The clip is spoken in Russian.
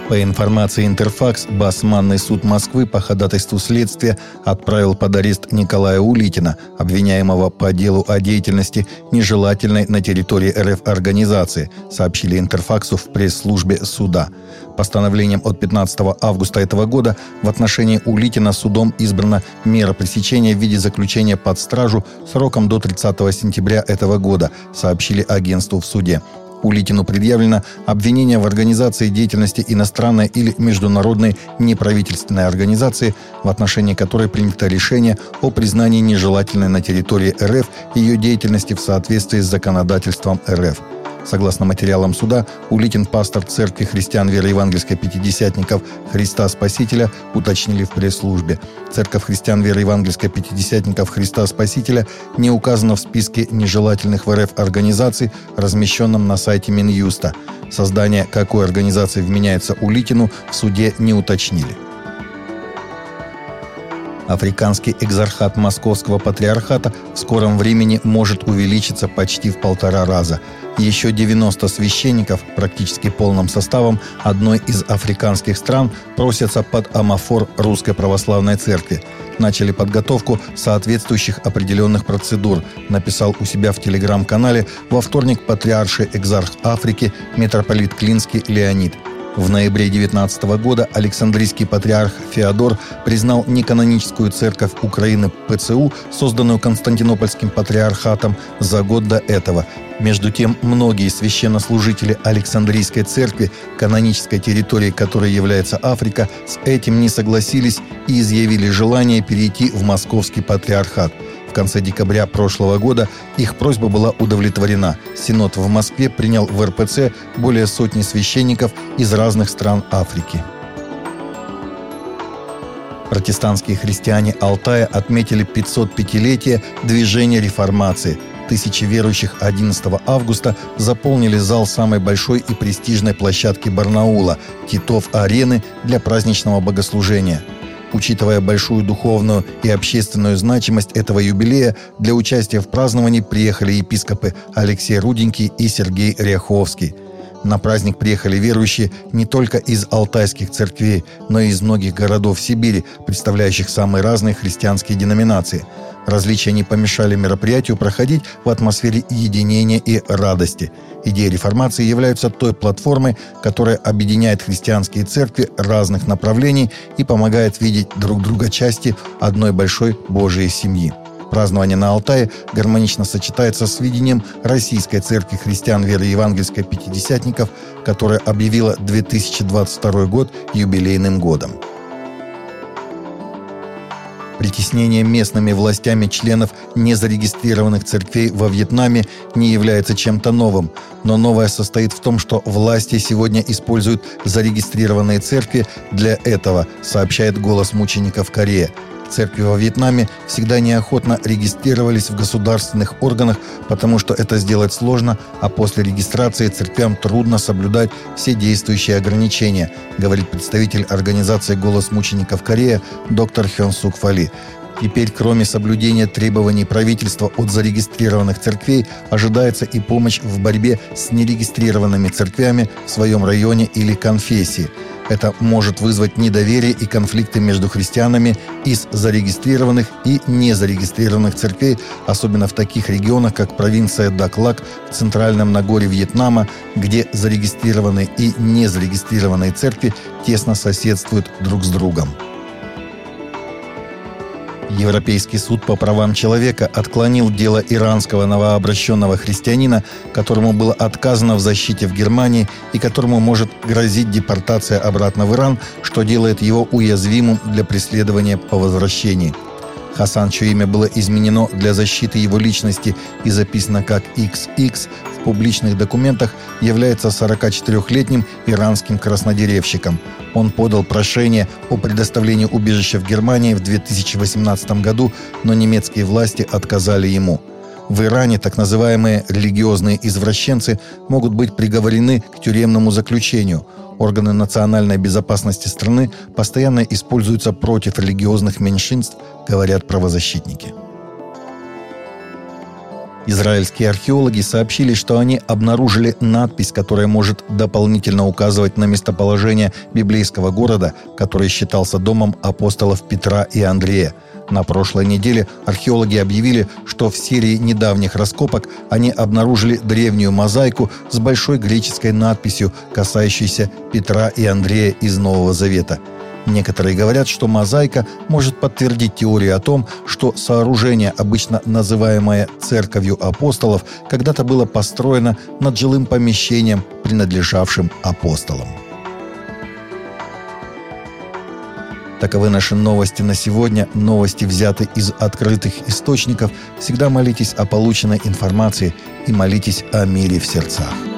По информации Интерфакс, Басманный суд Москвы по ходатайству следствия отправил под арест Николая Улитина, обвиняемого по делу о деятельности, нежелательной на территории РФ организации, сообщили Интерфаксу в пресс-службе суда. Постановлением от 15 августа этого года в отношении Улитина судом избрана мера пресечения в виде заключения под стражу сроком до 30 сентября этого года, сообщили агентству в суде. Улитину предъявлено обвинение в организации деятельности иностранной или международной неправительственной организации, в отношении которой принято решение о признании нежелательной на территории РФ ее деятельности в соответствии с законодательством РФ. Согласно материалам суда, Улитин, пастор церкви христиан веры евангельской пятидесятников Христа Спасителя, уточнили в пресс-службе. Церковь христиан веры евангельской пятидесятников Христа Спасителя не указана в списке нежелательных в РФ организаций, размещенном на сайте Минюста. Создание какой организации вменяется Улитину, в суде не уточнили. Африканский экзархат Московского патриархата в скором времени может увеличиться почти в 1,5 раза. Еще 90 священников, практически полным составом одной из африканских стран, просятся под амафор Русской Православной Церкви. Начали подготовку соответствующих определенных процедур, написал у себя в телеграм-канале во вторник патриарший экзарх Африки митрополит Клинский Леонид. В ноябре 2019 года Александрийский патриарх Феодор признал неканоническую церковь Украины ПЦУ, созданную Константинопольским патриархатом, за год до этого. Между тем, многие священнослужители Александрийской церкви, канонической территорией которой является Африка, с этим не согласились и изъявили желание перейти в Московский патриархат. В конце декабря прошлого года их просьба была удовлетворена. Синод в Москве принял в РПЦ более сотни священников из разных стран Африки. Протестантские христиане Алтая отметили 505-летие движения реформации. Тысячи верующих 11 августа заполнили зал самой большой и престижной площадки Барнаула – Титов-арены для праздничного богослужения. Учитывая большую духовную и общественную значимость этого юбилея, для участия в праздновании приехали епископы Алексей Руденький и Сергей Ряховский. На праздник приехали верующие не только из алтайских церквей, но и из многих городов Сибири, представляющих самые разные христианские деноминации. Различия не помешали мероприятию проходить в атмосфере единения и радости. Идеи реформации являются той платформой, которая объединяет христианские церкви разных направлений и помогает видеть друг друга части одной большой Божией семьи. Празднование на Алтае гармонично сочетается с видением Российской церкви христиан веры евангельской пятидесятников, которая объявила 2022 год юбилейным годом. Притеснение местными властями членов незарегистрированных церквей во Вьетнаме не является чем-то новым, но новое состоит в том, что власти сегодня используют зарегистрированные церкви для этого, сообщает «Голос мучеников Корея». Церкви во Вьетнаме всегда неохотно регистрировались в государственных органах, потому что это сделать сложно, а после регистрации церквям трудно соблюдать все действующие ограничения, говорит представитель организации «Голос мучеников Корея» доктор Хён Сук Фали. Теперь, кроме соблюдения требований правительства от зарегистрированных церквей, ожидается и помощь в борьбе с нерегистрированными церквями в своем районе или конфессии. Это может вызвать недоверие и конфликты между христианами из зарегистрированных и незарегистрированных церквей, особенно в таких регионах, как провинция Даклак в центральном Нагорье Вьетнама, где зарегистрированные и незарегистрированные церкви тесно соседствуют друг с другом. Европейский суд по правам человека отклонил дело иранского новообращенного христианина, которому было отказано в защите в Германии и которому может грозить депортация обратно в Иран, что делает его уязвимым для преследования по возвращении. Хасан, чье имя было изменено для защиты его личности и записано как XX в публичных документах, является 44-летним иранским краснодеревщиком. Он подал прошение о предоставлении убежища в Германии в 2018 году, но немецкие власти отказали ему. В Иране так называемые религиозные извращенцы могут быть приговорены к тюремному заключению. Органы национальной безопасности страны постоянно используются против религиозных меньшинств, говорят правозащитники. Израильские археологи сообщили, что они обнаружили надпись, которая может дополнительно указывать на местоположение библейского города, который считался домом апостолов Петра и Андрея. На прошлой неделе археологи объявили, что в серии недавних раскопок они обнаружили древнюю мозаику с большой греческой надписью, касающейся Петра и Андрея из Нового Завета. Некоторые говорят, что мозаика может подтвердить теорию о том, что сооружение, обычно называемое церковью апостолов, когда-то было построено над жилым помещением, принадлежавшим апостолам. Таковы наши новости на сегодня. Новости взяты из открытых источников. Всегда молитесь о полученной информации и молитесь о мире в сердцах.